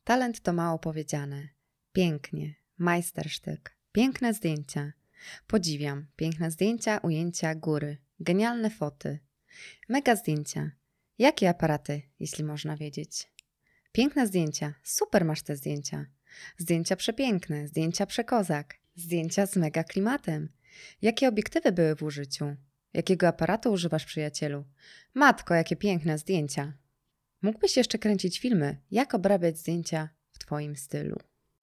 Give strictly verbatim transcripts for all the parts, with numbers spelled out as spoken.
Talent to mało powiedziane. Pięknie, majstersztyk, piękne zdjęcia. Podziwiam, piękne zdjęcia, ujęcia, góry, genialne foty. Mega zdjęcia. Jakie aparaty, jeśli można wiedzieć? Piękne zdjęcia, super masz te zdjęcia. Zdjęcia przepiękne, zdjęcia przekozak, zdjęcia z mega klimatem. Jakie obiektywy były w użyciu? Jakiego aparatu używasz, przyjacielu? Matko, jakie piękne zdjęcia. Mógłbyś jeszcze kręcić filmy, jak obrabiać zdjęcia w Twoim stylu.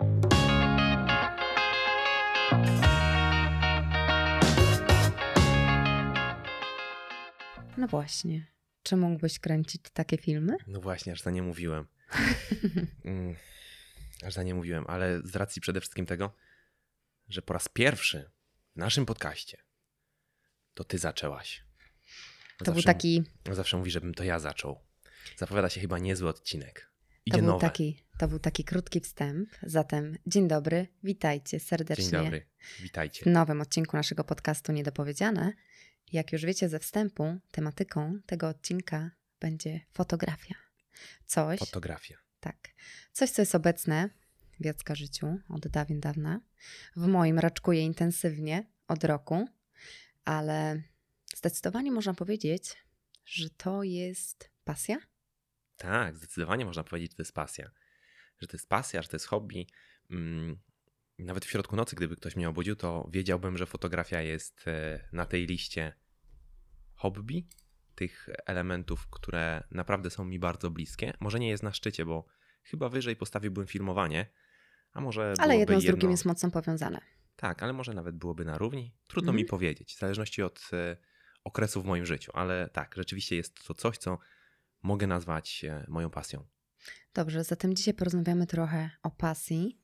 No właśnie, czy mógłbyś kręcić takie filmy? No właśnie, aż za nie mówiłem. mm, aż za nie mówiłem, ale z racji przede wszystkim tego, że po raz pierwszy w naszym podcaście to ty zaczęłaś. To zawsze, był taki... Zawsze mówi, żebym to ja zaczął. Zapowiada się chyba niezły odcinek. Idzie To był, nowe. taki, to był taki krótki wstęp. Zatem dzień dobry, witajcie serdecznie. Dzień dobry, witajcie. W nowym odcinku naszego podcastu Niedopowiedziane. Jak już wiecie ze wstępu, tematyką tego odcinka będzie fotografia. Coś, Fotografia. tak, coś, co jest obecne w Jacka życiu od dawien dawna. W moim raczkuje intensywnie od roku, ale zdecydowanie można powiedzieć, że to jest pasja. Tak, zdecydowanie można powiedzieć, że to jest pasja. Że to jest pasja, że to jest hobby. Mm, nawet w środku nocy, gdyby ktoś mnie obudził, to wiedziałbym, że fotografia jest na tej liście hobby, tych elementów, które naprawdę są mi bardzo bliskie. Może nie jest na szczycie, bo chyba wyżej postawiłbym filmowanie, a może Ale jedno z jedno... drugim jest mocno powiązane. Tak, ale może nawet byłoby na równi. Trudno Mhm. mi powiedzieć, w zależności od e, okresu w moim życiu, ale tak, rzeczywiście jest to coś, co mogę nazwać e, moją pasją. Dobrze, zatem dzisiaj porozmawiamy trochę o pasji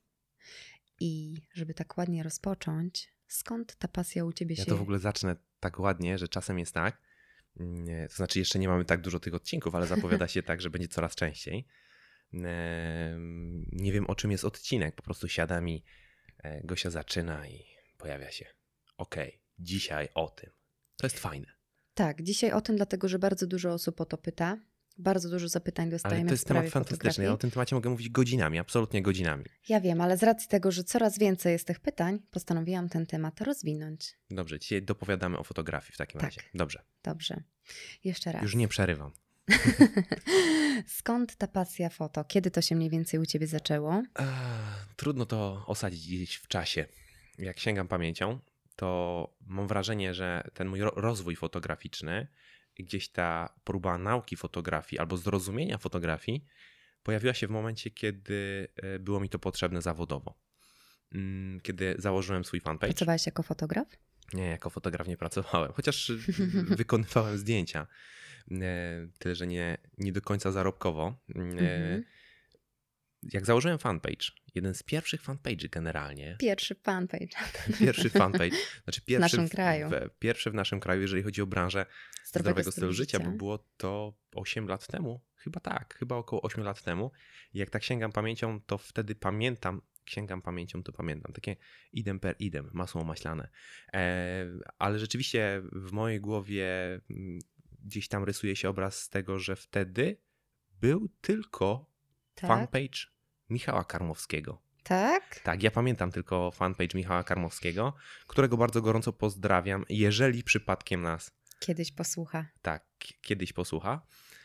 i żeby tak ładnie rozpocząć, skąd ta pasja u Ciebie Ja się... to w ogóle zacznę tak ładnie, że czasem jest tak, nie, to znaczy jeszcze nie mamy tak dużo tych odcinków, ale zapowiada się tak, że będzie coraz częściej. E, nie wiem, o czym jest odcinek, po prostu siada mi, e, Gosia zaczyna i pojawia się. Okej, okay, dzisiaj o tym. To jest fajne. Tak, dzisiaj o tym, dlatego że bardzo dużo osób o to pyta. Bardzo dużo zapytań dostajemy. Ale to jest w sprawie temat fantastyczny. fotografii. Ja o tym temacie mogę mówić godzinami, absolutnie godzinami. Ja wiem, ale z racji tego, że coraz więcej jest tych pytań, postanowiłam ten temat rozwinąć. Dobrze, dzisiaj dopowiadamy o fotografii w takim Tak. razie. Dobrze. Dobrze. Jeszcze raz. Już nie przerywam. Skąd ta pasja foto? Kiedy to się mniej więcej u Ciebie zaczęło? Ech, trudno to osadzić gdzieś w czasie. Jak sięgam pamięcią, to mam wrażenie, że ten mój ro- rozwój fotograficzny, gdzieś ta próba nauki fotografii albo zrozumienia fotografii pojawiła się w momencie, kiedy było mi to potrzebne zawodowo. Kiedy założyłem swój fanpage. Pracowałeś jako fotograf? Nie, jako fotograf nie pracowałem, chociaż wykonywałem zdjęcia. Tyle, że nie, nie do końca zarobkowo. Mhm. Jak założyłem fanpage, jeden z pierwszych fanpage'y generalnie. Pierwszy fanpage. Pierwszy fanpage. Znaczy pierwszy w naszym kraju. W, pierwszy w naszym kraju, jeżeli chodzi o branżę Zdrowego, zdrowego stylu życia, życia, bo było to osiem lat temu. Chyba tak, chyba około osiem lat temu. I jak tak sięgam pamięcią, to wtedy pamiętam, sięgam pamięcią, to pamiętam. Takie idem per idem, masło maślane. E, ale rzeczywiście w mojej głowie gdzieś tam rysuje się obraz z tego, że wtedy był tylko Tak? fanpage Michała Karmowskiego. Tak? Tak, ja pamiętam tylko fanpage Michała Karmowskiego, którego bardzo gorąco pozdrawiam, jeżeli przypadkiem nas Kiedyś posłucha. tak kiedyś posłucha.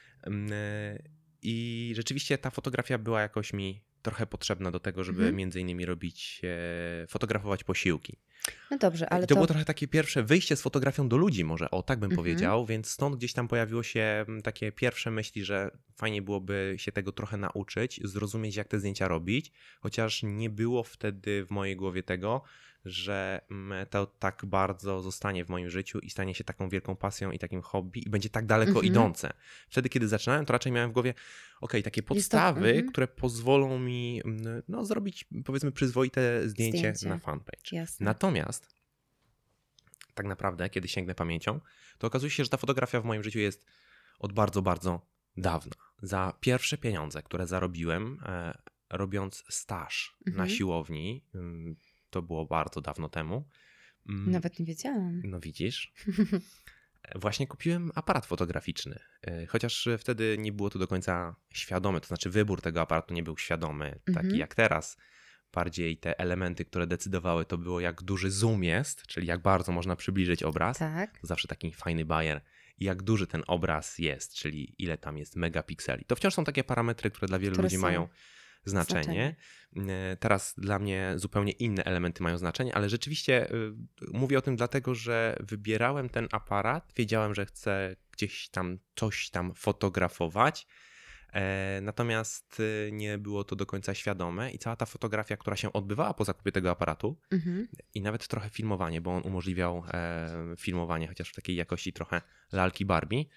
I rzeczywiście ta fotografia była jakoś mi trochę potrzebna do tego, żeby Mhm. między innymi robić, e, fotografować posiłki. No dobrze, ale I to, to... było trochę takie pierwsze wyjście z fotografią do ludzi, może o tak bym Mhm. powiedział, więc stąd gdzieś tam pojawiło się takie pierwsze myśli, że fajnie byłoby się tego trochę nauczyć, zrozumieć jak te zdjęcia robić, chociaż nie było wtedy w mojej głowie tego, że to tak bardzo zostanie w moim życiu i stanie się taką wielką pasją i takim hobby i będzie tak daleko Mhm. idące. Wtedy, kiedy zaczynałem, to raczej miałem w głowie okej, takie podstawy, mhm. które pozwolą mi no, zrobić powiedzmy przyzwoite zdjęcie, Zdjęcie. na fanpage. Jasne. Natomiast tak naprawdę, kiedy sięgnę pamięcią, to okazuje się, że ta fotografia w moim życiu jest od bardzo, bardzo dawna. Za pierwsze pieniądze, które zarobiłem, e, robiąc staż Mhm. na siłowni, ym, to było bardzo dawno temu. Ym, Nawet nie wiedziałam. No widzisz. Właśnie kupiłem aparat fotograficzny, chociaż wtedy nie było to do końca świadome, to znaczy wybór tego aparatu nie był świadomy, taki Mhm. jak teraz. Bardziej te elementy, które decydowały, to było jak duży zoom jest, czyli jak bardzo można przybliżyć obraz. Tak. To zawsze taki fajny bajer. I jak duży ten obraz jest, czyli ile tam jest megapikseli. To wciąż są takie parametry, które dla wielu Które ludzi są. mają znaczenie. Znaczenie. Teraz dla mnie zupełnie inne elementy mają znaczenie, ale rzeczywiście y, mówię o tym dlatego, że wybierałem ten aparat, wiedziałem, że chcę gdzieś tam coś tam fotografować, e, natomiast y, nie było to do końca świadome i cała ta fotografia, która się odbywała po zakupie tego aparatu Mhm. i nawet trochę filmowanie, bo on umożliwiał e, filmowanie, chociaż w takiej jakości trochę lalki Barbie,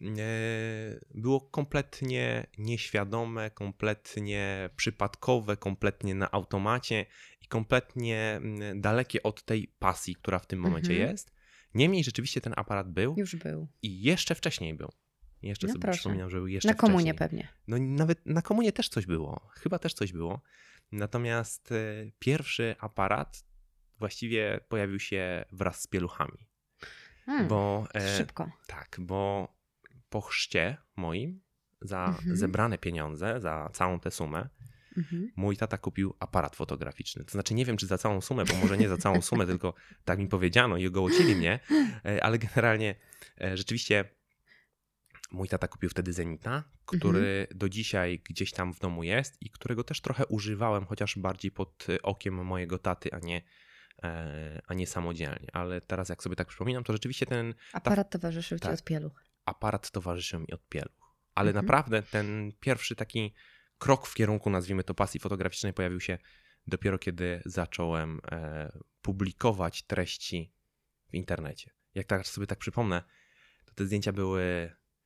było kompletnie nieświadome, kompletnie przypadkowe, kompletnie na automacie i kompletnie dalekie od tej pasji, która w tym momencie Mhm. jest. Niemniej rzeczywiście ten aparat był Już był. i jeszcze wcześniej był. Jeszcze No sobie proszę. przypominam, że był jeszcze Na komunię wcześniej. pewnie. No nawet na komunie też coś było. Chyba też coś było. Natomiast e, pierwszy aparat właściwie pojawił się wraz z pieluchami. Hmm. Bo, e, Szybko. Tak, bo po chrzcie moim za Mhm. zebrane pieniądze, za całą tę sumę, Mhm. mój tata kupił aparat fotograficzny. To znaczy nie wiem, czy za całą sumę, bo może nie za całą sumę, tylko tak mi powiedziano i ogołocili mnie, e, ale generalnie e, rzeczywiście mój tata kupił wtedy Zenita, który Mhm. do dzisiaj gdzieś tam w domu jest i którego też trochę używałem, chociaż bardziej pod okiem mojego taty, a nie, e, a nie samodzielnie. Ale teraz jak sobie tak przypominam, to rzeczywiście ten Aparat towarzyszył ci tak. od pieluch. aparat towarzyszył mi od pieluch. Ale Mhm. naprawdę ten pierwszy taki krok w kierunku, nazwijmy to, pasji fotograficznej pojawił się dopiero kiedy zacząłem e, publikować treści w internecie. Jak teraz sobie tak przypomnę, to te zdjęcia były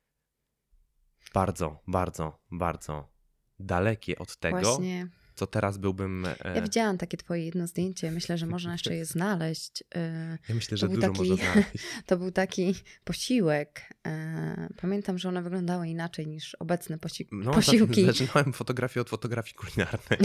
bardzo, bardzo, bardzo dalekie od tego, Właśnie. co teraz byłbym... E, Ja widziałam takie twoje jedno zdjęcie. Myślę, że można jeszcze je znaleźć. Y, ja myślę, to że był dużo taki- można znaleźć. To był taki posiłek. Y, Pamiętam, że one wyglądały inaczej niż obecne posi- No, posiłki. zaczynałem fotografię od fotografii kulinarnej.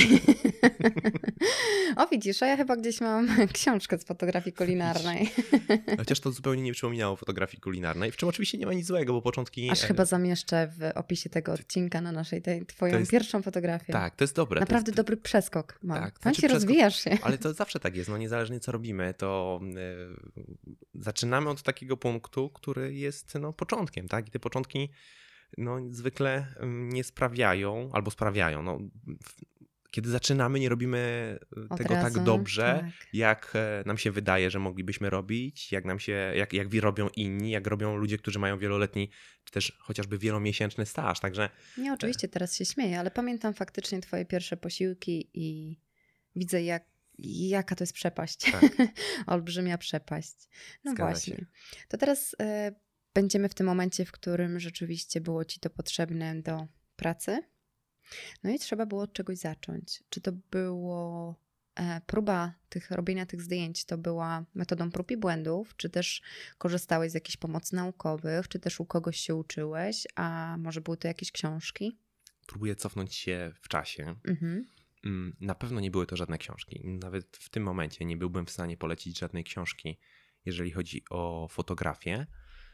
O widzisz, a ja chyba gdzieś mam książkę z fotografii kulinarnej. Chociaż to zupełnie nie przypominało fotografii kulinarnej, w czym oczywiście nie ma nic złego, bo początki... Aż e, chyba zamieszczę w opisie tego odcinka na naszej tej twoją To jest- pierwszą fotografię. Tak, to jest dobre. Naprawdę to jest, dobry przeskok mam. Tak, Tam znaczy się przeskok- rozwijasz się. Ale to zawsze tak jest, no niezależnie co robimy, to e, zaczynamy od takiego punktu, który jest no, początkiem, tak? I te początki no, zwykle mm, nie sprawiają, albo sprawiają, no, w, kiedy zaczynamy, nie robimy Od tego razu, tak dobrze, tak. jak e, nam się wydaje, że moglibyśmy robić, jak nam się, jak, jak robią inni, jak robią ludzie, którzy mają wieloletni, czy też chociażby wielomiesięczny staż, także Nie, oczywiście teraz się śmieję, ale pamiętam faktycznie twoje pierwsze posiłki i widzę jak, jaka to jest przepaść. tak, Olbrzymia przepaść. No Zgadza właśnie. się. To teraz e, będziemy w tym momencie, w którym rzeczywiście było ci to potrzebne do pracy. No i trzeba było od czegoś zacząć. Czy to było e, próba tych robienia tych zdjęć, to była metodą prób i błędów, czy też korzystałeś z jakichś pomocy naukowych, czy też u kogoś się uczyłeś, a może były to jakieś książki? Próbuję cofnąć się w czasie. Mhm. Mm, Na pewno nie były to żadne książki. Nawet w tym momencie nie byłbym w stanie polecić żadnej książki, jeżeli chodzi o fotografię.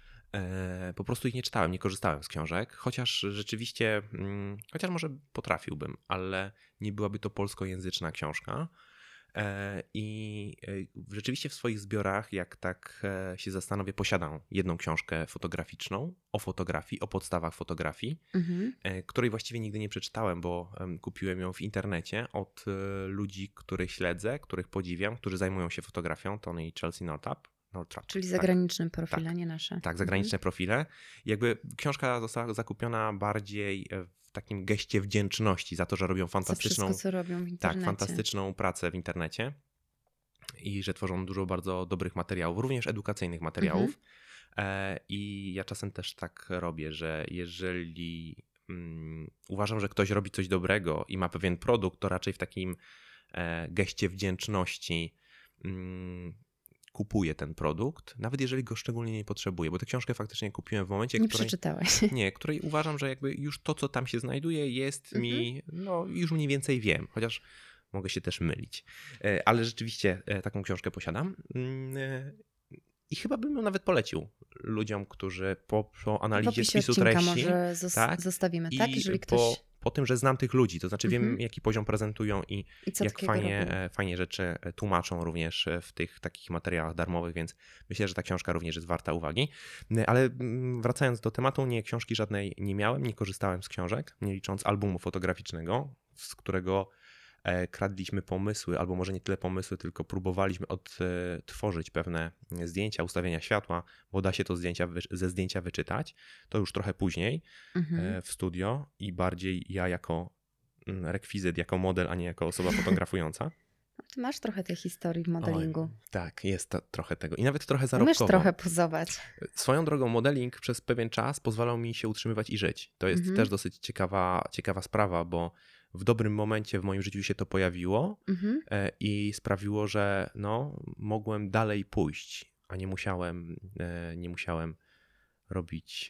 E, Po prostu ich nie czytałem, nie korzystałem z książek, chociaż rzeczywiście, mm, chociaż może potrafiłbym, ale nie byłaby to polskojęzyczna książka. E, I e, rzeczywiście w swoich zbiorach, jak tak e, się zastanowię, posiadam jedną książkę fotograficzną o fotografii, o podstawach fotografii, Mhm. e, której właściwie nigdy nie przeczytałem, bo em, kupiłem ją w internecie od e, ludzi, których śledzę, których podziwiam, którzy zajmują się fotografią, Tony i Chelsea Northup. Northup Czyli tak. zagraniczne profile, tak. nie nasze. Tak, zagraniczne profile. Jakby książka została zakupiona bardziej w takim geście wdzięczności za to, że robią Za fantastyczną, wszystko, co robią w tak, internecie. fantastyczną pracę w internecie i że tworzą dużo bardzo dobrych materiałów, również edukacyjnych materiałów. E, I ja czasem też tak robię, że jeżeli mm, uważam, że ktoś robi coś dobrego i ma pewien produkt, to raczej w takim e, geście wdzięczności mm, kupuję ten produkt, nawet jeżeli go szczególnie nie potrzebuję, bo tę książkę faktycznie kupiłem w momencie, Nie której, przeczytałeś. nie, której uważam, że jakby już to, co tam się znajduje, jest Mhm. mi, no już mniej więcej wiem, chociaż mogę się też mylić. E, Ale rzeczywiście e, taką książkę posiadam. Mm, e, I chyba bym ją nawet polecił ludziom, którzy po, po W analizie opisie spisu odcinka treści, może zos- tak, zostawimy, i tak? Jeżeli ktoś... po, po tym, że znam tych ludzi, to znaczy wiem, Mhm. jaki poziom prezentują i I co jak takiego fajnie, robią. e, fajnie rzeczy tłumaczą również w tych takich materiałach darmowych, więc myślę, że ta książka również jest warta uwagi. Ale mm, wracając do tematu, nie, książki żadnej nie miałem, nie korzystałem z książek, nie licząc albumu fotograficznego, z którego e, kradliśmy pomysły, albo może nie tyle pomysły, tylko próbowaliśmy odtworzyć pewne zdjęcia, ustawienia światła, bo da się to zdjęcia, wy- ze zdjęcia wyczytać. To już trochę później Mhm. e, w studio i bardziej ja jako mm, rekwizyt, jako model, a nie jako osoba fotografująca. Ty masz trochę tej historii w modelingu. Oj, tak, jest to, trochę tego. I nawet trochę Umiesz zarobkowo. trochę pozować. Swoją drogą modeling przez pewien czas pozwalał mi się utrzymywać i żyć. To jest Mhm. też dosyć ciekawa, ciekawa sprawa, bo w dobrym momencie w moim życiu się to pojawiło Mhm. e, i sprawiło, że no, mogłem dalej pójść, a nie musiałem, e, nie musiałem robić,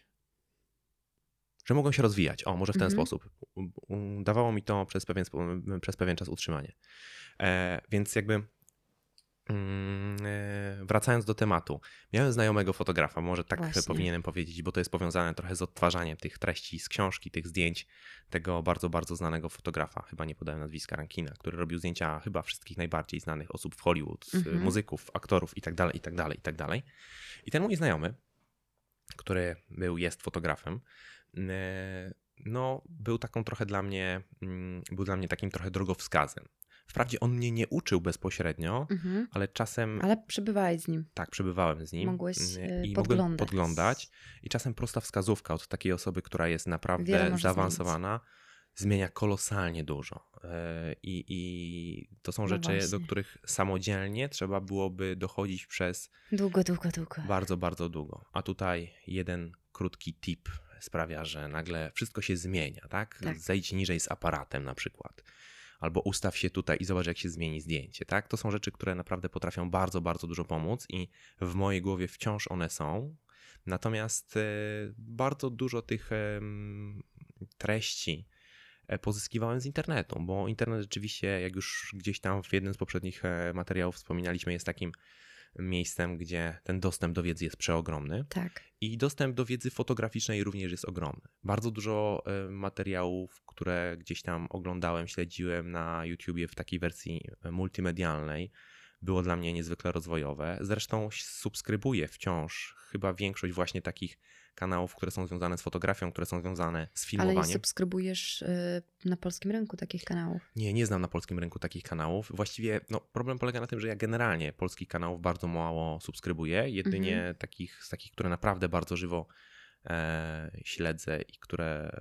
że mogłem się rozwijać. O, może w ten Mhm. sposób. U- u- Dawało mi to przez pewien, spo- przez pewien czas utrzymanie. E, więc jakby mm, e, wracając do tematu. Miałem znajomego fotografa, może tak Właśnie. powinienem powiedzieć, bo to jest powiązane trochę z odtwarzaniem tych treści z książki, tych zdjęć tego bardzo, bardzo znanego fotografa, chyba nie podałem nazwiska, Rankina, który robił zdjęcia chyba wszystkich najbardziej znanych osób w Hollywood, Mhm. muzyków, aktorów i tak dalej, i tak dalej, i tak dalej. I ten mój znajomy, który był, jest fotografem, e, no był taką trochę dla mnie, mm, był dla mnie takim trochę drogowskazem. Wprawdzie on mnie nie uczył bezpośrednio, Mhm. ale czasem Ale przebywałeś z nim. tak przebywałem z nim Mogłeś, mm, e, i mogłem podglądać. podglądać i czasem prosta wskazówka od takiej osoby, która jest Wiele naprawdę może zaawansowana, zmienia kolosalnie dużo. E, I, i to są No rzeczy, do właśnie. których samodzielnie trzeba byłoby dochodzić przez Długo, długo, długo. bardzo, bardzo długo. A tutaj jeden krótki tip sprawia, że nagle wszystko się zmienia, tak? Tak. Zejdź niżej z aparatem na przykład. Albo ustaw się tutaj i zobacz, jak się zmieni zdjęcie, tak? To są rzeczy, które naprawdę potrafią bardzo, bardzo dużo pomóc i w mojej głowie wciąż one są. Natomiast e, bardzo dużo tych em, treści e, pozyskiwałem z internetu, bo internet rzeczywiście, jak już gdzieś tam w jednym z poprzednich e, materiałów wspominaliśmy, jest takim miejscem, gdzie ten dostęp do wiedzy jest przeogromny. Tak. I dostęp do wiedzy fotograficznej również jest ogromny. Bardzo dużo e, materiałów, które gdzieś tam oglądałem, śledziłem na YouTubie w takiej wersji multimedialnej, było dla mnie niezwykle rozwojowe. Zresztą subskrybuję wciąż chyba większość właśnie takich kanałów, które są związane z fotografią, które są związane z Ale filmowaniem. nie subskrybujesz y, na polskim rynku takich kanałów. Nie, nie znam na polskim rynku takich kanałów. Właściwie no, problem polega na tym, że ja generalnie polskich kanałów bardzo mało subskrybuję. Jedynie Mhm. takich, z takich, które naprawdę bardzo żywo e, śledzę i które,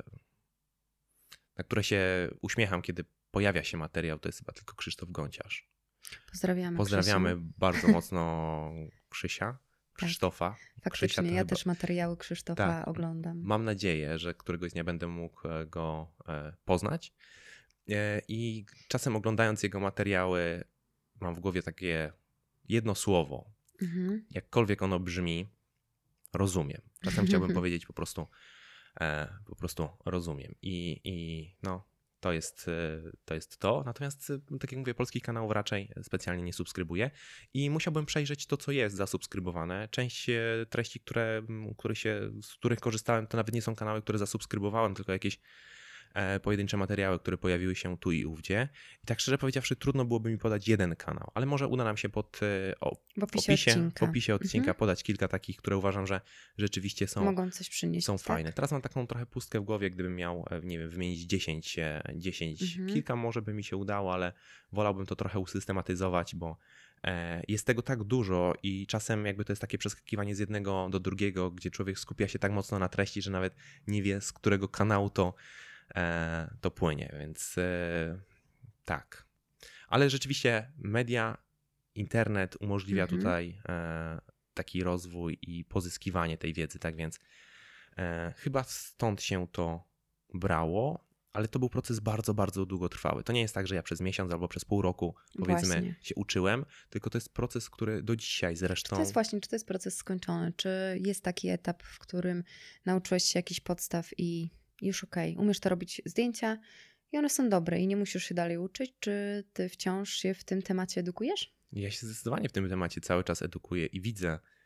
na które się uśmiecham, kiedy pojawia się materiał, to jest chyba tylko Krzysztof Gonciarz. Pozdrawiamy. Pozdrawiamy Krzysiu. bardzo mocno Krzysia, Krzysztofa. Krzysia Faktycznie, to ja chyba- też materiały Krzysztofa Tak. oglądam. Mam nadzieję, że któregoś dnia będę mógł e, go e, poznać. E, I czasem oglądając jego materiały, mam w głowie takie jedno słowo. Mhm. Jakkolwiek ono brzmi, rozumiem. Czasem chciałbym powiedzieć po prostu, e, po prostu rozumiem. I, i no, to jest, e, to jest to. Natomiast, e, tak jak mówię, polskich kanałów raczej specjalnie nie subskrybuję. I musiałbym przejrzeć to, co jest zasubskrybowane. Część e, treści, które, m, które się, z których korzystałem, to nawet nie są kanały, które zasubskrybowałem, tylko jakieś e, pojedyncze materiały, które pojawiły się tu i ówdzie. I tak szczerze powiedziawszy, trudno byłoby mi podać jeden kanał, ale może uda nam się pod, e, o, W w opisie, opisie, odcinka. w opisie odcinka Mhm. podać kilka takich, które uważam, że rzeczywiście są, Mogą coś przynieść. są tak? fajne. Teraz mam taką trochę pustkę w głowie, gdybym miał, e, nie wiem, wymienić dziesięć, e, dziesięć Mhm. kilka może by mi się udało, ale wolałbym to trochę usystematyzować, bo e, jest tego tak dużo i czasem jakby to jest takie przeskakiwanie z jednego do drugiego, gdzie człowiek skupia się tak mocno na treści, że nawet nie wie, z którego kanału to, e, to płynie, więc e, tak. Ale rzeczywiście media, internet umożliwia Mhm. tutaj e, taki rozwój i pozyskiwanie tej wiedzy, tak więc e, chyba stąd się to brało, ale to był proces bardzo, bardzo długotrwały. To nie jest tak, że ja przez miesiąc albo przez pół roku, powiedzmy, Właśnie. się uczyłem, tylko to jest proces, który do dzisiaj zresztą... To jest właśnie, czy to jest proces skończony? Czy jest taki etap, w którym nauczyłeś się jakichś podstaw i już okej, okay, umiesz to robić zdjęcia i one są dobre i nie musisz się dalej uczyć? Czy ty wciąż się w tym temacie edukujesz? Ja się zdecydowanie w tym temacie cały czas edukuję i widzę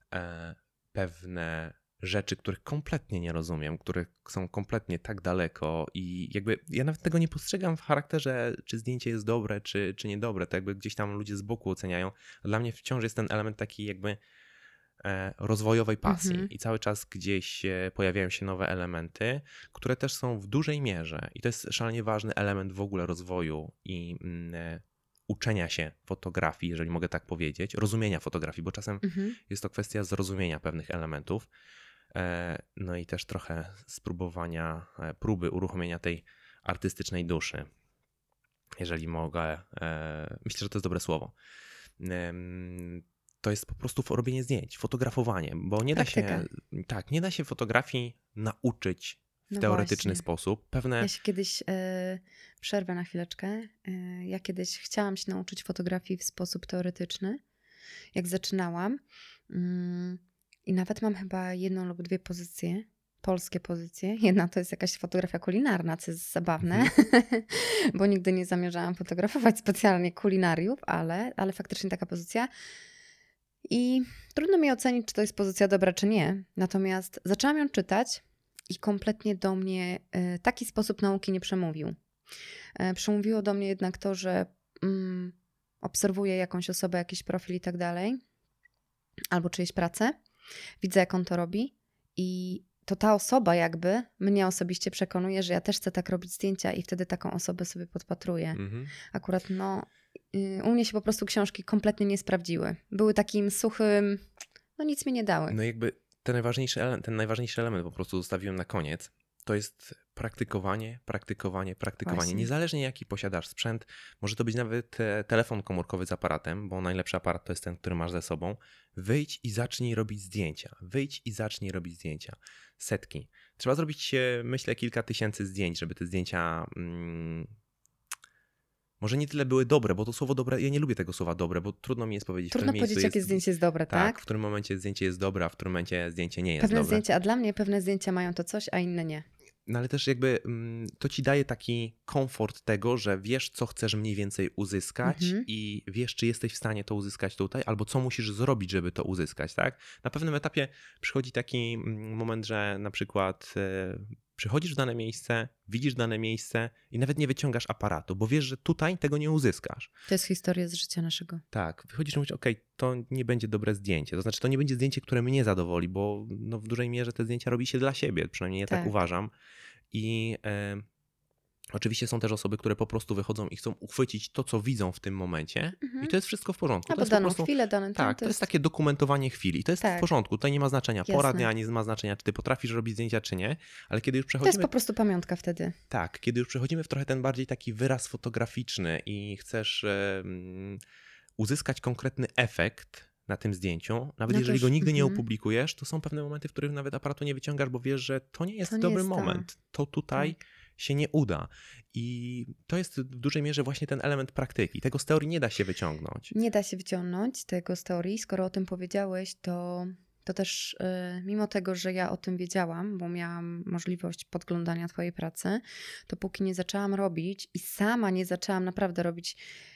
e, pewne rzeczy, których kompletnie nie rozumiem, które są kompletnie tak daleko i jakby ja nawet tego nie postrzegam w charakterze, czy zdjęcie jest dobre, czy, czy niedobre. To jakby gdzieś tam ludzie z boku oceniają. A dla mnie wciąż jest ten element taki jakby e, rozwojowej pasji Mhm. i cały czas gdzieś e, pojawiają się nowe elementy, które też są w dużej mierze i to jest szalenie ważny element w ogóle rozwoju i mm, e, uczenia się fotografii, jeżeli mogę tak powiedzieć, rozumienia fotografii, bo czasem Mhm. jest to kwestia zrozumienia pewnych elementów. No i też trochę spróbowania, próby uruchomienia tej artystycznej duszy, jeżeli mogę. Myślę, że to jest dobre słowo. To jest po prostu robienie zdjęć, fotografowanie, bo nie Praktyka. da się, tak, nie da się fotografii nauczyć w No teoretyczny właśnie. sposób. Pewne... Ja się kiedyś, e, przerwę na chwileczkę, e, ja kiedyś chciałam się nauczyć fotografii w sposób teoretyczny, jak zaczynałam. Mm, I nawet mam chyba jedną lub dwie pozycje, polskie pozycje. Jedna to jest jakaś fotografia kulinarna, co jest zabawne, Mhm. bo nigdy nie zamierzałam fotografować specjalnie kulinariów, ale, ale faktycznie taka pozycja. I trudno mi ocenić, czy to jest pozycja dobra, czy nie. Natomiast zaczęłam ją czytać i kompletnie do mnie e, taki sposób nauki nie przemówił. E, przemówiło do mnie jednak to, że mm, obserwuję jakąś osobę, jakiś profil i tak dalej, albo czyjeś pracę, widzę, jak on to robi i to ta osoba jakby mnie osobiście przekonuje, że ja też chcę tak robić zdjęcia i wtedy taką osobę sobie podpatruję. Mhm. Akurat no, y, u mnie się po prostu książki kompletnie nie sprawdziły. Były takim suchym, no nic mi nie dały. No jakby ten najważniejszy, element, ten najważniejszy element po prostu zostawiłem na koniec. To jest praktykowanie, praktykowanie, praktykowanie. Właśnie. Niezależnie jaki posiadasz sprzęt, może to być nawet e, telefon komórkowy z aparatem, bo najlepszy aparat to jest ten, który masz ze sobą. Wyjdź i zacznij robić zdjęcia. Wyjdź i zacznij robić zdjęcia. Setki. Trzeba zrobić, e, myślę, kilka tysięcy zdjęć, żeby te zdjęcia... Mm, może nie tyle były dobre, bo to słowo dobre, ja nie lubię tego słowa dobre, bo trudno mi jest powiedzieć, Trudno w którym miejscu powiedzieć, jest... jakie zdjęcie jest dobre, tak? tak? w którym momencie zdjęcie jest dobre, a w którym momencie zdjęcie nie jest Pewne dobre. zdjęcia, a dla mnie pewne zdjęcia mają to coś, a inne nie. No ale też jakby mm, to ci daje taki komfort tego, że wiesz, co chcesz mniej więcej uzyskać Mhm. i wiesz, czy jesteś w stanie to uzyskać tutaj, albo co musisz zrobić, żeby to uzyskać, tak? Na pewnym etapie przychodzi taki mm, moment, że na przykład e, przychodzisz w dane miejsce, widzisz dane miejsce i nawet nie wyciągasz aparatu, bo wiesz, że tutaj tego nie uzyskasz. To jest historia z życia naszego. Tak, wychodzisz i mówisz, okej, to nie będzie dobre zdjęcie. To znaczy, to nie będzie zdjęcie, które mnie zadowoli, bo no, w dużej mierze te zdjęcia robi się dla siebie, przynajmniej ja tak, Tak. uważam. I e, oczywiście są też osoby, które po prostu wychodzą i chcą uchwycić to, co widzą w tym momencie Mhm. i to jest wszystko w porządku. To Albo jest po daną prostu, chwilę, dany ten, tak, to jest takie dokumentowanie chwili i to jest Tak. w porządku. Tutaj nie ma znaczenia pora Jasne. dnia, nie ma znaczenia, czy ty potrafisz robić zdjęcia, czy nie, ale kiedy już To przechodzimy... jest po prostu pamiątka wtedy. Tak, kiedy już przechodzimy w trochę ten bardziej taki wyraz fotograficzny i chcesz e, um, uzyskać konkretny efekt na tym zdjęciu, nawet No to jeżeli już- go nigdy nie mhm. opublikujesz, to są pewne momenty, w których nawet aparatu nie wyciągasz, bo wiesz, że to nie jest To nie dobry jest to. moment. To tutaj Tak. się nie uda. I to jest w dużej mierze właśnie ten element praktyki. Tego z teorii nie da się wyciągnąć. Nie da się wyciągnąć tego z teorii. Skoro o tym powiedziałeś, to, to też yy, mimo tego, że ja o tym wiedziałam, bo miałam możliwość podglądania twojej pracy, to póki nie zaczęłam robić i sama nie zaczęłam naprawdę robić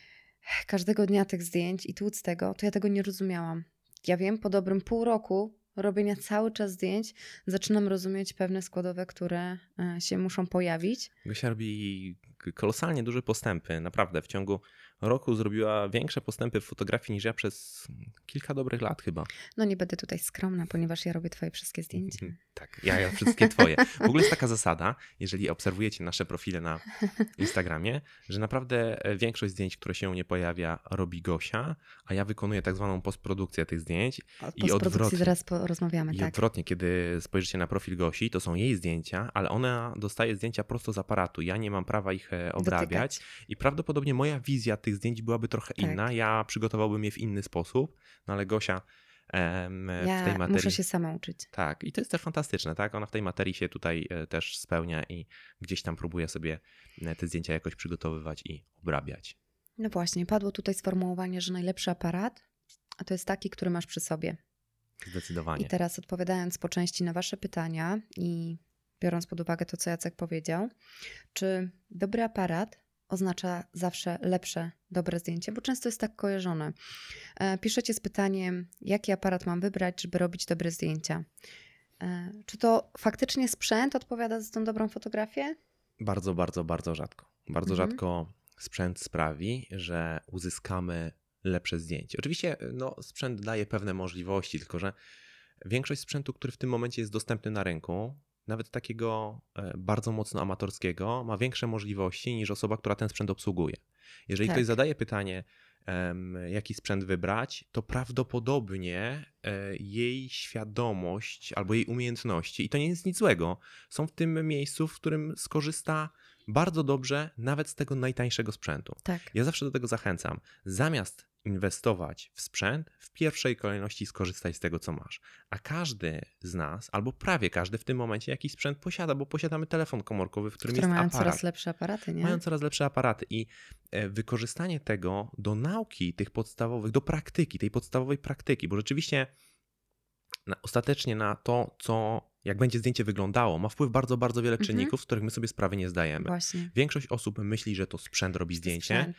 każdego dnia tych zdjęć i tłuc tego, to ja tego nie rozumiałam. Ja wiem, po dobrym pół roku robienia cały czas zdjęć zaczynam rozumieć pewne składowe, które e, się muszą pojawić. Gosia robi kolosalnie duże postępy. Naprawdę, w ciągu roku zrobiła większe postępy w fotografii niż ja przez kilka dobrych lat chyba. No nie będę tutaj skromna, ponieważ ja robię twoje wszystkie zdjęcia. Tak, ja, ja wszystkie twoje. W ogóle jest taka zasada, jeżeli obserwujecie nasze profile na Instagramie, że naprawdę większość zdjęć, które się nie pojawia, robi Gosia, a ja wykonuję tak zwaną postprodukcję tych zdjęć. O I postprodukcji odwrotnie. zaraz porozmawiamy, I tak. odwrotnie, kiedy spojrzycie na profil Gosi, to są jej zdjęcia, ale ona dostaje zdjęcia prosto z aparatu. Ja nie mam prawa ich e, obrabiać Dotykać. i prawdopodobnie moja wizja tych zdjęć byłaby trochę Tak. inna. Ja przygotowałbym je w inny sposób, no ale Gosia em, w Ja tej materii... muszę się sama uczyć. Tak, i to jest też fantastyczne, tak? Ona w tej materii się tutaj e, też spełnia i gdzieś tam próbuje sobie e, te zdjęcia jakoś przygotowywać i obrabiać. No właśnie, padło tutaj sformułowanie, że najlepszy aparat, a to jest taki, który masz przy sobie. Zdecydowanie. I teraz odpowiadając po części na wasze pytania i biorąc pod uwagę to, co Jacek powiedział, czy dobry aparat oznacza zawsze lepsze, dobre zdjęcie, bo często jest tak kojarzone. E, piszecie z pytaniem, jaki aparat mam wybrać, żeby robić dobre zdjęcia. E, czy to faktycznie sprzęt odpowiada za tą dobrą fotografię? Bardzo, bardzo, bardzo rzadko. Bardzo Mhm. rzadko sprzęt sprawi, że uzyskamy lepsze zdjęcie. Oczywiście no, sprzęt daje pewne możliwości, tylko że większość sprzętu, który w tym momencie jest dostępny na rynku, nawet takiego bardzo mocno amatorskiego, ma większe możliwości niż osoba, która ten sprzęt obsługuje. Jeżeli Tak. ktoś zadaje pytanie, um, jaki sprzęt wybrać, to prawdopodobnie e, jej świadomość albo jej umiejętności, i to nie jest nic złego, są w tym miejscu, w którym skorzysta bardzo dobrze nawet z tego najtańszego sprzętu. Tak. Ja zawsze do tego zachęcam. Zamiast inwestować w sprzęt, w pierwszej kolejności skorzystaj z tego, co masz. A każdy z nas, albo prawie każdy w tym momencie jakiś sprzęt posiada, bo posiadamy telefon komórkowy, w którym Które jest mają aparat. coraz lepsze aparaty, nie? Mają coraz lepsze aparaty i wykorzystanie tego do nauki tych podstawowych, do praktyki, tej podstawowej praktyki, bo rzeczywiście na, ostatecznie na to, co, jak będzie zdjęcie wyglądało, ma wpływ bardzo, bardzo wiele Mhm. czynników, z których my sobie sprawy nie zdajemy. Właśnie. Większość osób myśli, że to sprzęt robi zdjęcie, Sprzęt.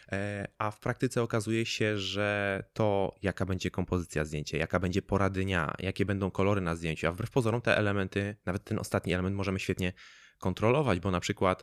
a w praktyce okazuje się, że to jaka będzie kompozycja zdjęcia, jaka będzie pora dnia, jakie będą kolory na zdjęciu, a wbrew pozorom te elementy, nawet ten ostatni element możemy świetnie kontrolować, bo na przykład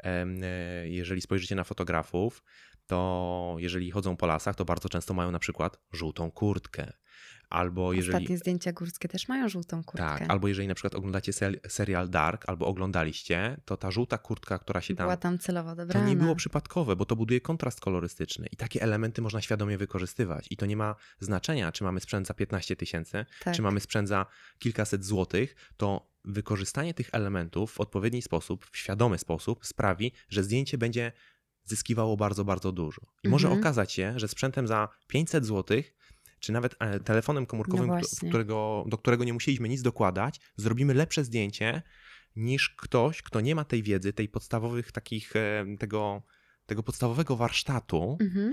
jeżeli spojrzycie na fotografów, to jeżeli chodzą po lasach, to bardzo często mają na przykład żółtą kurtkę. Albo jeżeli... Ostatnie zdjęcia górskie też mają żółtą kurtkę. Tak, albo jeżeli na przykład oglądacie serial Dark, albo oglądaliście, to ta żółta kurtka, która się tam... Była tam celowo dobrana. To nie było przypadkowe, bo to buduje kontrast kolorystyczny i takie elementy można świadomie wykorzystywać. I to nie ma znaczenia, czy mamy sprzęt za piętnaście tysięcy, Tak. czy mamy sprzęt za kilkaset złotych, to wykorzystanie tych elementów w odpowiedni sposób, w świadomy sposób sprawi, że zdjęcie będzie zyskiwało bardzo, bardzo dużo. I Mhm. może okazać się, że sprzętem za pięćset złotych czy nawet telefonem komórkowym, No którego, do którego nie musieliśmy nic dokładać, zrobimy lepsze zdjęcie niż ktoś, kto nie ma tej wiedzy, tej podstawowych takich, tego, tego podstawowego warsztatu Mhm.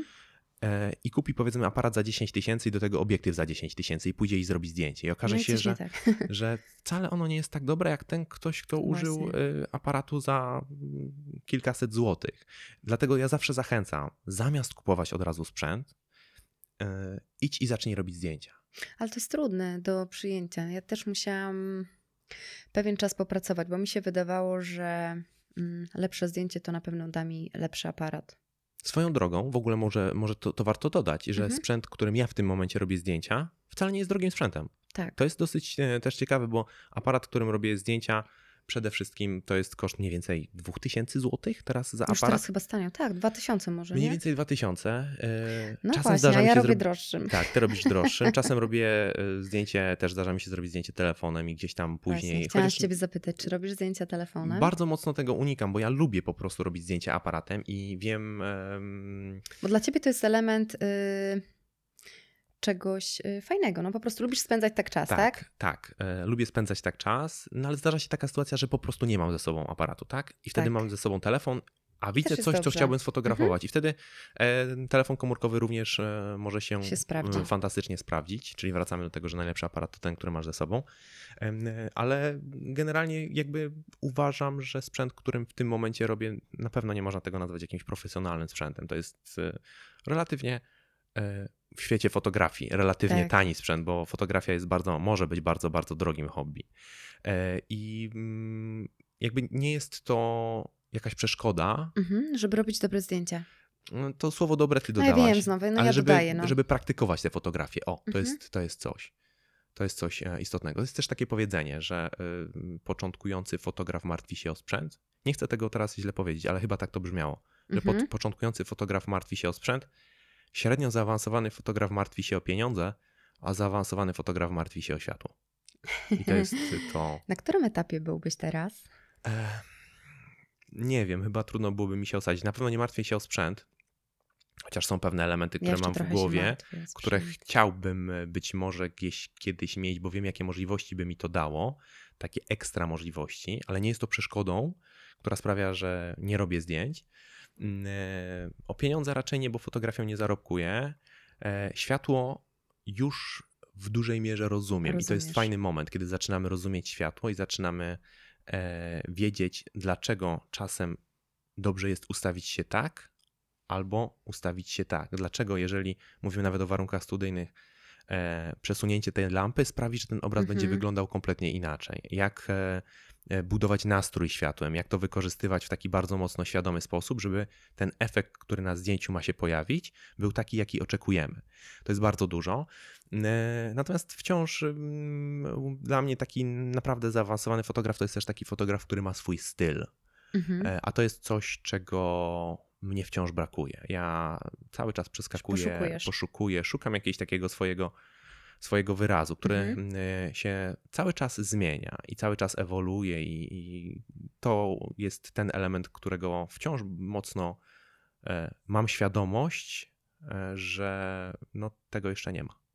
i kupi powiedzmy aparat za dziesięć tysięcy i do tego obiektyw za dziesięć tysięcy i pójdzie i zrobi zdjęcie. I okaże No i się, że, tak. że wcale ono nie jest tak dobre jak ten ktoś, kto użył Właśnie. aparatu za kilkaset złotych. Dlatego ja zawsze zachęcam, zamiast kupować od razu sprzęt, Yy, idź i zacznij robić zdjęcia. Ale to jest trudne do przyjęcia. Ja też musiałam pewien czas popracować, bo mi się wydawało, że mm, lepsze zdjęcie to na pewno da mi lepszy aparat. Swoją drogą, w ogóle może, może to, to warto dodać, że Mhm. sprzęt, którym ja w tym momencie robię zdjęcia, wcale nie jest drogim sprzętem. Tak. To jest dosyć e, też ciekawe, bo aparat, którym robię zdjęcia, przede wszystkim to jest koszt mniej więcej dwa tysiące złotych teraz za Już aparat. teraz chyba stanie. Tak, dwa tysiące może, Mniej nie? więcej dwa tysiące. No Czasem właśnie, zdarza a mi ja się robię zrobi- droższym. Tak, ty robisz droższym. Czasem robię zdjęcie, też zdarza mi się zrobić zdjęcie telefonem i gdzieś tam później. Właśnie, chciałam Chociaż ciebie zapytać, czy robisz zdjęcia telefonem? bardzo mocno tego unikam, bo ja lubię po prostu robić zdjęcia aparatem i wiem... Um... Bo dla ciebie to jest element y, czegoś y, fajnego. No po prostu lubisz spędzać tak czas, tak? Tak, tak. E, lubię spędzać tak czas, no ale zdarza się taka sytuacja, że po prostu nie mam ze sobą aparatu, tak? I wtedy Tak. mam ze sobą telefon, a widzę jest coś, co dobrze. chciałbym sfotografować. I wtedy e, telefon komórkowy również e, może się, Się sprawdzi. e, fantastycznie sprawdzić, czyli wracamy do tego, że najlepszy aparat to ten, który masz ze sobą. E, ale generalnie jakby uważam, że sprzęt, którym w tym momencie robię, na pewno nie można tego nazwać jakimś profesjonalnym sprzętem. To jest e, relatywnie e, w świecie fotografii relatywnie Tak. tani sprzęt, bo fotografia jest bardzo, może być bardzo, bardzo drogim hobby. E, I mm, jakby nie jest to jakaś przeszkoda. Mhm, żeby robić dobre zdjęcia. To słowo dobre ty No ja dodałaś. wiem znowu, no ale ja żeby, dodaję. No. żeby praktykować te fotografie. O, to, Mhm. jest, to jest coś. To jest coś e, istotnego. Jest też takie powiedzenie, że y, początkujący fotograf martwi się o sprzęt. Nie chcę tego teraz źle powiedzieć, ale chyba tak to brzmiało. Że Mhm. pod, początkujący fotograf martwi się o sprzęt, średnio zaawansowany fotograf martwi się o pieniądze, a zaawansowany fotograf martwi się o światło. I to jest to... Na którym etapie byłbyś teraz? E, nie wiem, chyba trudno byłoby mi się osadzić. Na pewno nie martwię się o sprzęt, chociaż są pewne elementy, które Ja jeszcze mam w trochę się głowie, martwię o które sprzęt. chciałbym być może gdzieś kiedyś mieć, bo wiem, jakie możliwości by mi to dało, takie ekstra możliwości, ale nie jest to przeszkodą, która sprawia, że nie robię zdjęć. E, o pieniądze raczej nie, bo fotografią nie zarobkuję. E, światło już w dużej mierze rozumiem. I to jest Rozumiesz. fajny moment, kiedy zaczynamy rozumieć światło i zaczynamy e, wiedzieć, dlaczego czasem dobrze jest ustawić się tak, albo ustawić się tak. Dlaczego, jeżeli mówimy nawet o warunkach studyjnych, e, przesunięcie tej lampy sprawi, że ten obraz Mhm. będzie wyglądał kompletnie inaczej. Jak e, e, budować nastrój światłem, jak to wykorzystywać w taki bardzo mocno świadomy sposób, żeby ten efekt, który na zdjęciu ma się pojawić, był taki, jaki oczekujemy. To jest bardzo dużo. E, natomiast wciąż mm, dla mnie taki naprawdę zaawansowany fotograf to jest też taki fotograf, który ma swój styl. Mhm. E, a to jest coś, czego mnie wciąż brakuje. Ja cały czas przeskakuję, Poszukujesz. poszukuję, szukam jakiegoś takiego swojego, swojego wyrazu, który Mhm. y, się cały czas zmienia i cały czas ewoluuje i, i to jest ten element, którego wciąż mocno e, mam świadomość, e, że no, tego jeszcze nie ma.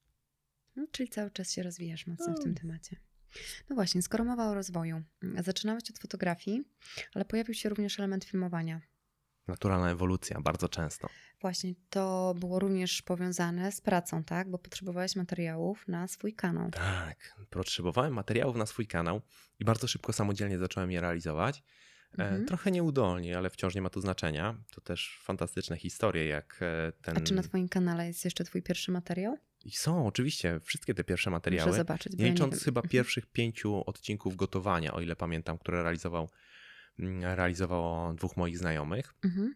No, czyli cały czas się rozwijasz mocno w No. tym temacie. No właśnie, skoro mowa o rozwoju. Zaczynałeś od fotografii, ale pojawił się również element filmowania. Naturalna ewolucja, bardzo często. Właśnie, to było również powiązane z pracą, tak? Bo potrzebowałeś materiałów na swój kanał. Tak, potrzebowałem materiałów na swój kanał i bardzo szybko samodzielnie zacząłem je realizować. E, Mhm. Trochę nieudolnie, ale wciąż nie ma tu znaczenia. To też fantastyczne historie, jak e, ten... A czy na twoim kanale jest jeszcze twój pierwszy materiał? I są oczywiście wszystkie te pierwsze materiały, Muszę zobaczyć, bo nie ja nie licząc wiem. chyba pierwszych pięciu odcinków gotowania, o ile pamiętam, które realizował, mm, realizowało dwóch moich znajomych. Mhm.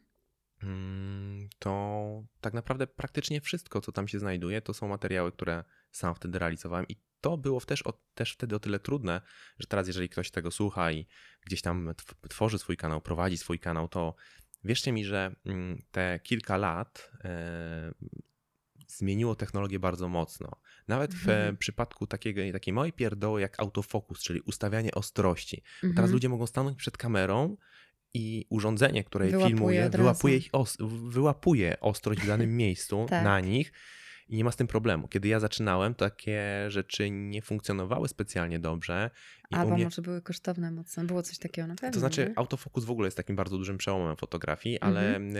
Mm, To tak naprawdę praktycznie wszystko, co tam się znajduje, to są materiały, które sam wtedy realizowałem i to było też, o, też wtedy o tyle trudne, że teraz jeżeli ktoś tego słucha i gdzieś tam tw- tworzy swój kanał, prowadzi swój kanał, to wierzcie mi, że mm, te kilka lat e, zmieniło technologię bardzo mocno. Nawet w Mhm. e, przypadku takiego, takiej małej pierdoły jak autofokus, czyli ustawianie ostrości. Bo Mhm. teraz ludzie mogą stanąć przed kamerą i urządzenie, które je Wyłapuje filmuje, od wyłapuje, razu. ich os- wyłapuje ostrość w danym miejscu Tak. na nich i nie ma z tym problemu. Kiedy ja zaczynałem, takie rzeczy nie funkcjonowały specjalnie dobrze. I Albo u mnie... może były kosztowne mocno. Było coś takiego na pewno, To znaczy nie? autofokus w ogóle jest takim bardzo dużym przełomem fotografii, ale Mhm.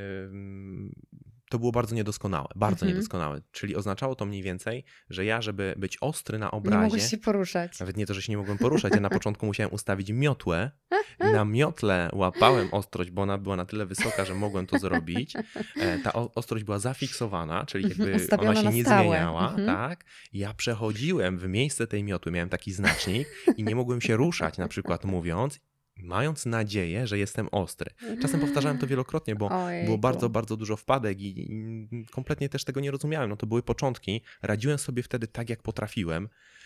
e, to było bardzo niedoskonałe, bardzo Mhm. niedoskonałe. Czyli oznaczało to mniej więcej, że ja, żeby być ostry na Nie obrazie, mogłeś się poruszać. nawet nie to, że się nie mogłem poruszać, ja na początku musiałem ustawić miotłę i na miotle łapałem ostrość, bo ona była na tyle wysoka, że mogłem to zrobić. E, Ta o- ostrość była zafiksowana, czyli jakby Ustawiona ona się na nie stałe. zmieniała, Mhm. tak? Ja przechodziłem w miejsce tej miotły, miałem taki znacznik i nie mogłem się ruszać, na przykład mówiąc, mając nadzieję, że jestem ostry. Czasem powtarzałem to wielokrotnie, bo Ojejku. było bardzo, bardzo dużo wpadek i, i kompletnie też tego nie rozumiałem. No to były początki. Radziłem sobie wtedy tak, jak potrafiłem.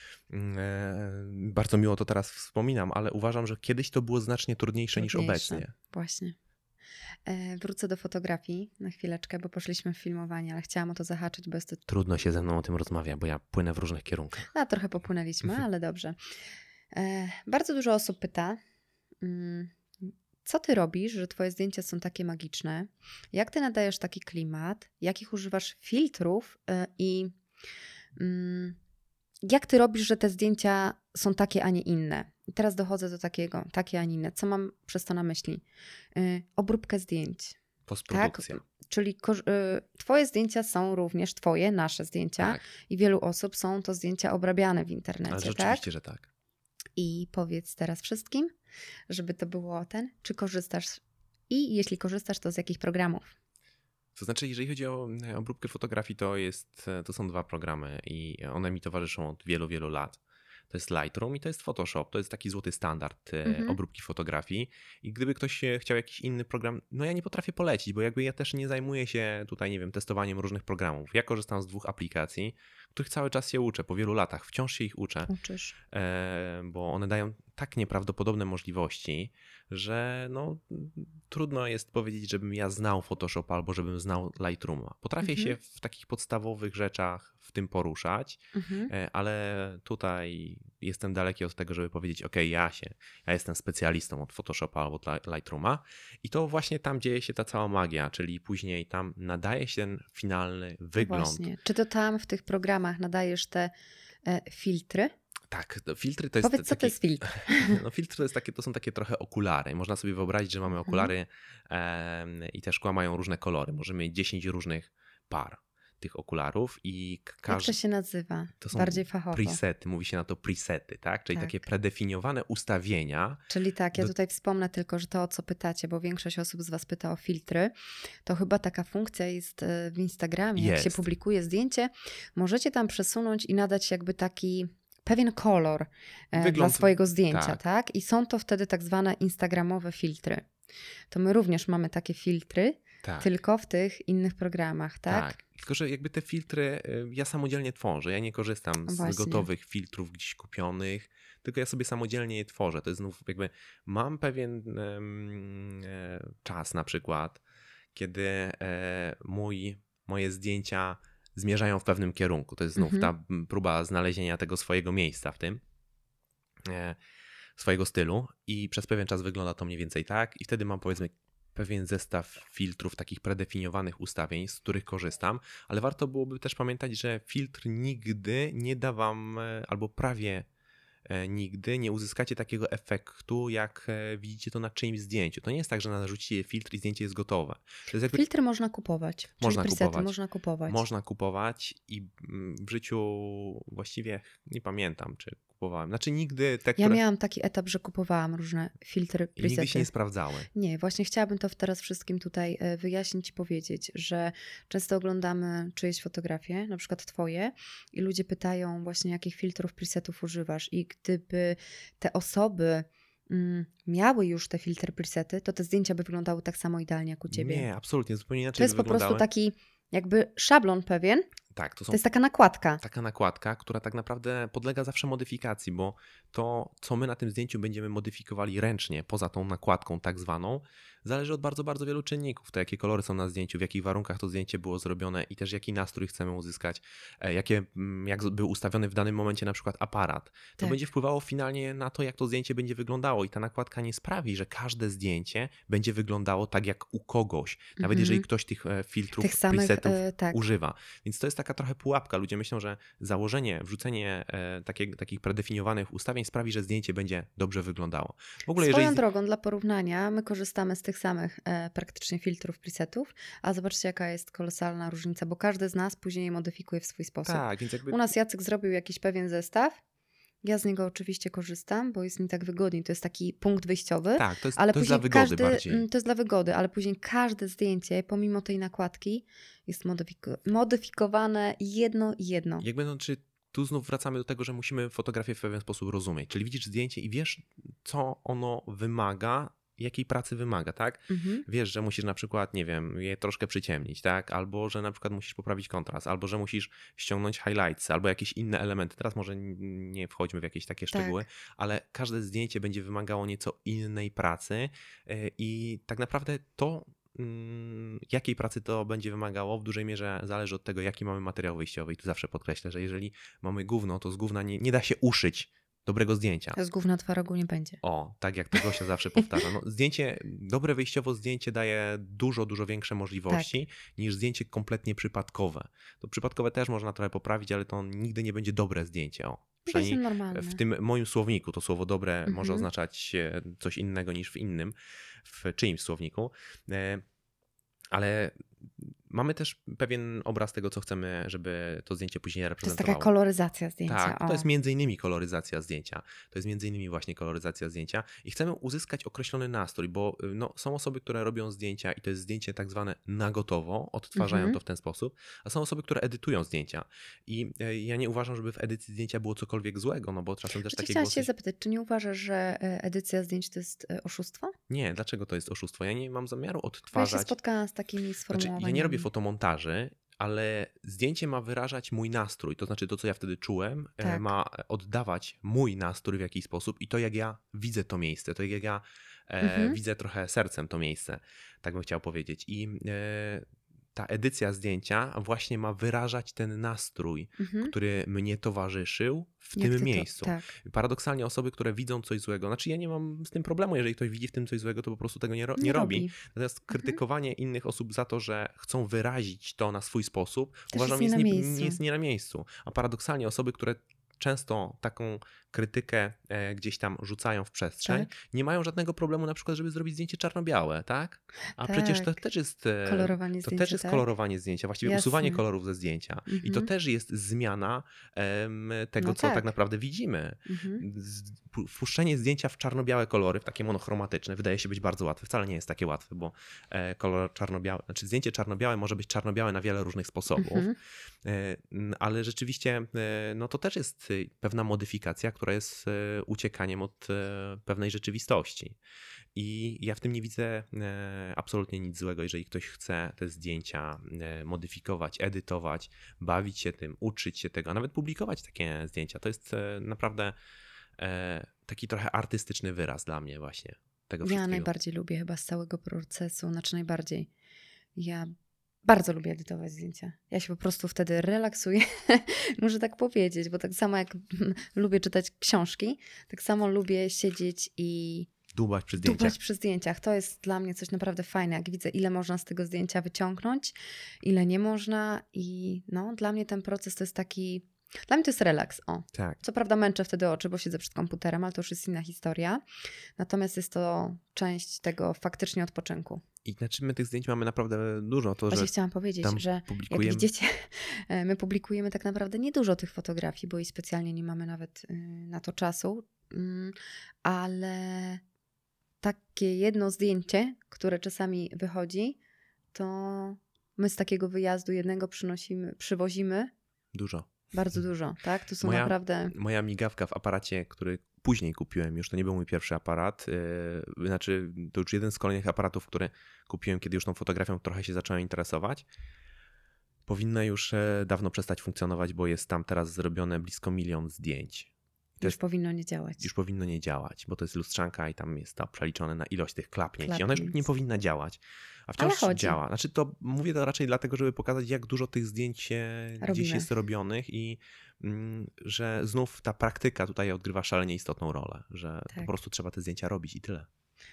E, Bardzo miło to teraz wspominam, ale uważam, że kiedyś to było znacznie trudniejsze, niż Trudniejsze. obecnie. Właśnie. E, wrócę do fotografii na chwileczkę, bo poszliśmy w filmowanie, ale chciałam o to zahaczyć, bo jest to... Trudno się ze mną o tym rozmawia, bo ja płynę w różnych kierunkach. A, trochę popłynęliśmy, ale dobrze. E, bardzo dużo osób pyta, mm, co ty robisz, że twoje zdjęcia są takie magiczne? Jak ty nadajesz taki klimat? Jakich używasz filtrów? E, I mm, jak ty robisz, że te zdjęcia są takie, a nie inne? I teraz dochodzę do takiego, takie, a nie inne. Co mam przez to na myśli? E, obróbkę zdjęć. Postprodukcja. Czyli ko- y, twoje zdjęcia są również twoje, nasze zdjęcia Tak, i wielu osób są to zdjęcia obrabiane w internecie, ale tak? rzeczywiście, że tak. I powiedz teraz wszystkim, żeby to było ten, czy korzystasz i jeśli korzystasz, to z jakich programów? To znaczy, jeżeli chodzi o obróbkę fotografii, to, jest, to są dwa programy i one mi towarzyszą od wielu, wielu lat. To jest Lightroom i to jest Photoshop. To jest taki złoty standard e, Mhm. obróbki fotografii. I gdyby ktoś e, chciał jakiś inny program, no ja nie potrafię polecić, bo jakby ja też nie zajmuję się tutaj, nie wiem, testowaniem różnych programów. Ja korzystam z dwóch aplikacji, których cały czas się uczę, po wielu latach. Wciąż się ich uczę, Uczysz. e, bo one dają tak nieprawdopodobne możliwości, że no trudno jest powiedzieć, żebym ja znał Photoshop albo żebym znał Lightrooma. Potrafię Mhm. się w takich podstawowych rzeczach w tym poruszać, Mhm. e, ale tutaj jestem daleki od tego, żeby powiedzieć, ok, ja się, ja jestem specjalistą od Photoshopa albo od Li- Lightrooma i to właśnie tam dzieje się ta cała magia, czyli później tam nadaje się ten finalny wygląd. Właśnie. Czy to tam w tych programach nadajesz te e, filtry? Tak, to filtry to jest Powiedz, co to taki, jest filtr? no filtry to, jest takie, to są takie trochę okulary. Można sobie wyobrazić, że mamy Mhm. okulary em, i te szkła mają różne kolory. Możemy mieć dziesięć różnych par tych okularów i każdy... Jak to się nazywa? To są bardziej fachowo. presety, mówi się na to presety, tak? Czyli Tak. takie predefiniowane ustawienia. Czyli tak, ja do... tutaj wspomnę tylko, że to o co pytacie, bo większość osób z was pyta o filtry, to chyba taka funkcja jest w Instagramie, jest. Jak się publikuje zdjęcie, możecie tam przesunąć i nadać jakby taki pewien kolor Wygląd... dla swojego zdjęcia, tak. tak? I są to wtedy tak zwane instagramowe filtry. To my również mamy takie filtry, tak. tylko w tych innych programach, tak? Tak, tylko że jakby te filtry ja samodzielnie tworzę. Ja nie korzystam z Właśnie. gotowych filtrów gdzieś kupionych, tylko ja sobie samodzielnie je tworzę. To jest znów jakby, mam pewien um, czas na przykład, kiedy e, mój, moje zdjęcia zmierzają w pewnym kierunku. To jest znów mhm. ta próba znalezienia tego swojego miejsca w tym. E, swojego stylu i przez pewien czas wygląda to mniej więcej tak i wtedy mam powiedzmy pewien zestaw filtrów, takich predefiniowanych ustawień, z których korzystam, ale warto byłoby też pamiętać, że filtr nigdy nie da wam, albo prawie nigdy nie uzyskacie takiego efektu, jak widzicie to na czyimś zdjęciu. To nie jest tak, że narzucicie filtr i zdjęcie jest gotowe. To jest jakby... Filtry można kupować. Można czyli presety kupować. można kupować. Można kupować i w życiu właściwie nie pamiętam, czy kupowałem. Znaczy nigdy te, które... Ja miałam taki etap, że kupowałam różne filtry, presety. I nigdy się nie sprawdzały. Nie, właśnie chciałabym to teraz wszystkim tutaj wyjaśnić i powiedzieć, że często oglądamy czyjeś fotografie, na przykład twoje i ludzie pytają właśnie, jakich filtrów, presetów używasz i gdyby te osoby mm, miały już te filtry, presety, to te zdjęcia by wyglądały tak samo idealnie jak u ciebie. Nie, absolutnie, zupełnie inaczej To jest by po wyglądały. prostu taki jakby szablon pewien. Tak, to, są to jest taka nakładka. Taka nakładka, która tak naprawdę podlega zawsze modyfikacji, bo to, co my na tym zdjęciu będziemy modyfikowali ręcznie, poza tą nakładką tak zwaną, zależy od bardzo, bardzo wielu czynników. To jakie kolory są na zdjęciu, w jakich warunkach to zdjęcie było zrobione i też jaki nastrój chcemy uzyskać, jakie, jak był ustawiony w danym momencie na przykład aparat. To tak. będzie wpływało finalnie na to, jak to zdjęcie będzie wyglądało i ta nakładka nie sprawi, że każde zdjęcie będzie wyglądało tak jak u kogoś, nawet mm-hmm. jeżeli ktoś tych filtrów, tych samych, presetów e, tak. używa. Więc to jest taka trochę pułapka. Ludzie myślą, że założenie, wrzucenie e, takie, takich predefiniowanych ustawień sprawi, że zdjęcie będzie dobrze wyglądało. W ogóle, Swoją jeżeli... drogą, dla porównania, my korzystamy z tych samych e, praktycznie filtrów, presetów, a zobaczcie, jaka jest kolosalna różnica, bo każdy z nas później je modyfikuje w swój sposób. Tak, więc jakby... U nas Jacek zrobił jakiś pewien zestaw. Ja z niego oczywiście korzystam, bo jest mi tak wygodniej. To jest taki punkt wyjściowy. Tak, to jest, ale to jest dla wygody każdy, bardziej. To jest dla wygody, ale później każde zdjęcie, pomimo tej nakładki, jest modyfiko- modyfikowane jedno jedno. Jakby no, czy tu znów wracamy do tego, że musimy fotografię w pewien sposób rozumieć. Czyli widzisz zdjęcie i wiesz, co ono wymaga, jakiej pracy wymaga, tak? Mhm. Wiesz, że musisz na przykład, nie wiem, je troszkę przyciemnić, tak? Albo, że na przykład musisz poprawić kontrast, albo, że musisz ściągnąć highlights, albo jakieś inne elementy. Teraz może nie wchodźmy w jakieś takie szczegóły, tak. ale każde zdjęcie będzie wymagało nieco innej pracy i tak naprawdę to, jakiej pracy to będzie wymagało, w dużej mierze zależy od tego, jaki mamy materiał wyjściowy. I tu zawsze podkreślę, że jeżeli mamy gówno, to z gówna nie, nie da się uszyć dobrego zdjęcia. Z gówna twarogu nie będzie. O, tak jak tego się zawsze powtarza. No, zdjęcie, dobre wyjściowo zdjęcie daje dużo, dużo większe możliwości tak. niż zdjęcie kompletnie przypadkowe. To przypadkowe też można trochę poprawić, ale to nigdy nie będzie dobre zdjęcie. O, przynajmniej w tym moim słowniku to słowo dobre mhm. może oznaczać coś innego niż w innym, w czyimś słowniku. Ale mamy też pewien obraz tego, co chcemy, żeby to zdjęcie później reprezentowało. To jest taka koloryzacja zdjęcia. Tak, o. to jest między innymi koloryzacja zdjęcia. To jest między innymi właśnie koloryzacja zdjęcia i chcemy uzyskać określony nastrój, bo no, są osoby, które robią zdjęcia i to jest zdjęcie tak zwane na gotowo, odtwarzają mhm. to w ten sposób, a są osoby, które edytują zdjęcia i ja nie uważam, żeby w edycji zdjęcia było cokolwiek złego, no bo czasem też Znaczy, takie chciałam głosy... się zapytać, czy nie uważasz, że edycja zdjęć to jest oszustwo? Nie, dlaczego to jest oszustwo? Ja nie mam zamiaru odtwarzać... Ja się spotkałam z takimi sformułowaniami. Znaczy, ja nie robię fotomontaży, ale zdjęcie ma wyrażać mój nastrój, to znaczy to, co ja wtedy czułem, tak. ma oddawać mój nastrój w jakiś sposób i to, jak ja widzę to miejsce, to jak ja mhm. e, widzę trochę sercem to miejsce, tak bym chciał powiedzieć. I e, ta edycja zdjęcia właśnie ma wyrażać ten nastrój, mhm. który mnie towarzyszył w jak tym miejscu. To, tak. Paradoksalnie osoby, które widzą coś złego, znaczy ja nie mam z tym problemu, jeżeli ktoś widzi w tym coś złego, to po prostu tego nie, ro- nie, nie robi. robi. Natomiast mhm. krytykowanie innych osób za to, że chcą wyrazić to na swój sposób, też uważam, jest jest nie, nie, nie jest nie na miejscu. A paradoksalnie osoby, które często taką krytykę e, gdzieś tam rzucają w przestrzeń, Tak. nie mają żadnego problemu na przykład, żeby zrobić zdjęcie czarno-białe, tak? A Tak. przecież to też jest, e, Kolorowanie to zdjęcia, też jest tak? kolorowanie zdjęcia, właściwie Jasne. usuwanie kolorów ze zdjęcia. I to Mhm. też jest zmiana em, tego, No co tak tak. naprawdę widzimy. Mhm. Z- pu- Wpuszczenie zdjęcia w czarno-białe kolory, w takie monochromatyczne, wydaje się być bardzo łatwe. Wcale nie jest takie łatwe, bo e, kolor czarno-biały, znaczy zdjęcie czarno-białe może być czarno-białe na wiele różnych sposobów, Mhm. e, n- ale rzeczywiście e, no to też jest e, pewna modyfikacja, która jest e, uciekaniem od e, pewnej rzeczywistości. I ja w tym nie widzę e, absolutnie nic złego, jeżeli ktoś chce te zdjęcia e, modyfikować, edytować, bawić się tym, uczyć się tego, a nawet publikować takie zdjęcia. To jest e, naprawdę e, taki trochę artystyczny wyraz dla mnie właśnie tego Ja wszystkiego. najbardziej lubię chyba z całego procesu, znaczy najbardziej. Ja bardzo lubię edytować zdjęcia. Ja się po prostu wtedy relaksuję, muszę tak powiedzieć, bo tak samo jak lubię czytać książki, tak samo lubię siedzieć i Dłubać przy zdjęciach. dłubać przy zdjęciach. To jest dla mnie coś naprawdę fajne, jak widzę, ile można z tego zdjęcia wyciągnąć, ile nie można i no, dla mnie ten proces to jest taki, dla mnie to jest relaks, o. Tak. Co prawda męczę wtedy oczy, bo siedzę przed komputerem, ale to już jest inna historia. Natomiast jest to część tego faktycznie odpoczynku. I znaczy my tych zdjęć mamy naprawdę dużo. To, Właśnie że chciałam powiedzieć, tam że jak publikujemy- widzicie, my publikujemy tak naprawdę niedużo tych fotografii, bo i specjalnie nie mamy nawet y, na to czasu, Mm, ale takie jedno zdjęcie, które czasami wychodzi, to my z takiego wyjazdu jednego przynosimy, przywozimy dużo. bardzo dużo, tak? To są Moja- naprawdę... Moja migawka w aparacie, który później kupiłem, już to nie był mój pierwszy aparat, yy, znaczy to już jeden z kolejnych aparatów, które kupiłem, kiedy już tą fotografią trochę się zacząłem interesować, powinna już e, dawno przestać funkcjonować, bo jest tam teraz zrobione blisko milion zdjęć. To Już jest, powinno nie działać. już powinno nie działać, bo to jest lustrzanka i tam jest to przeliczone na ilość tych klapnięć. I ona już Klapnięć. nie powinna działać, a Ale wciąż chodzi. działa. Znaczy to mówię to raczej dlatego, żeby pokazać, jak dużo tych zdjęć e, gdzieś Robimy. jest robionych i mm, że znów ta praktyka tutaj odgrywa szalenie istotną rolę, że po Tak. prostu trzeba te zdjęcia robić i tyle.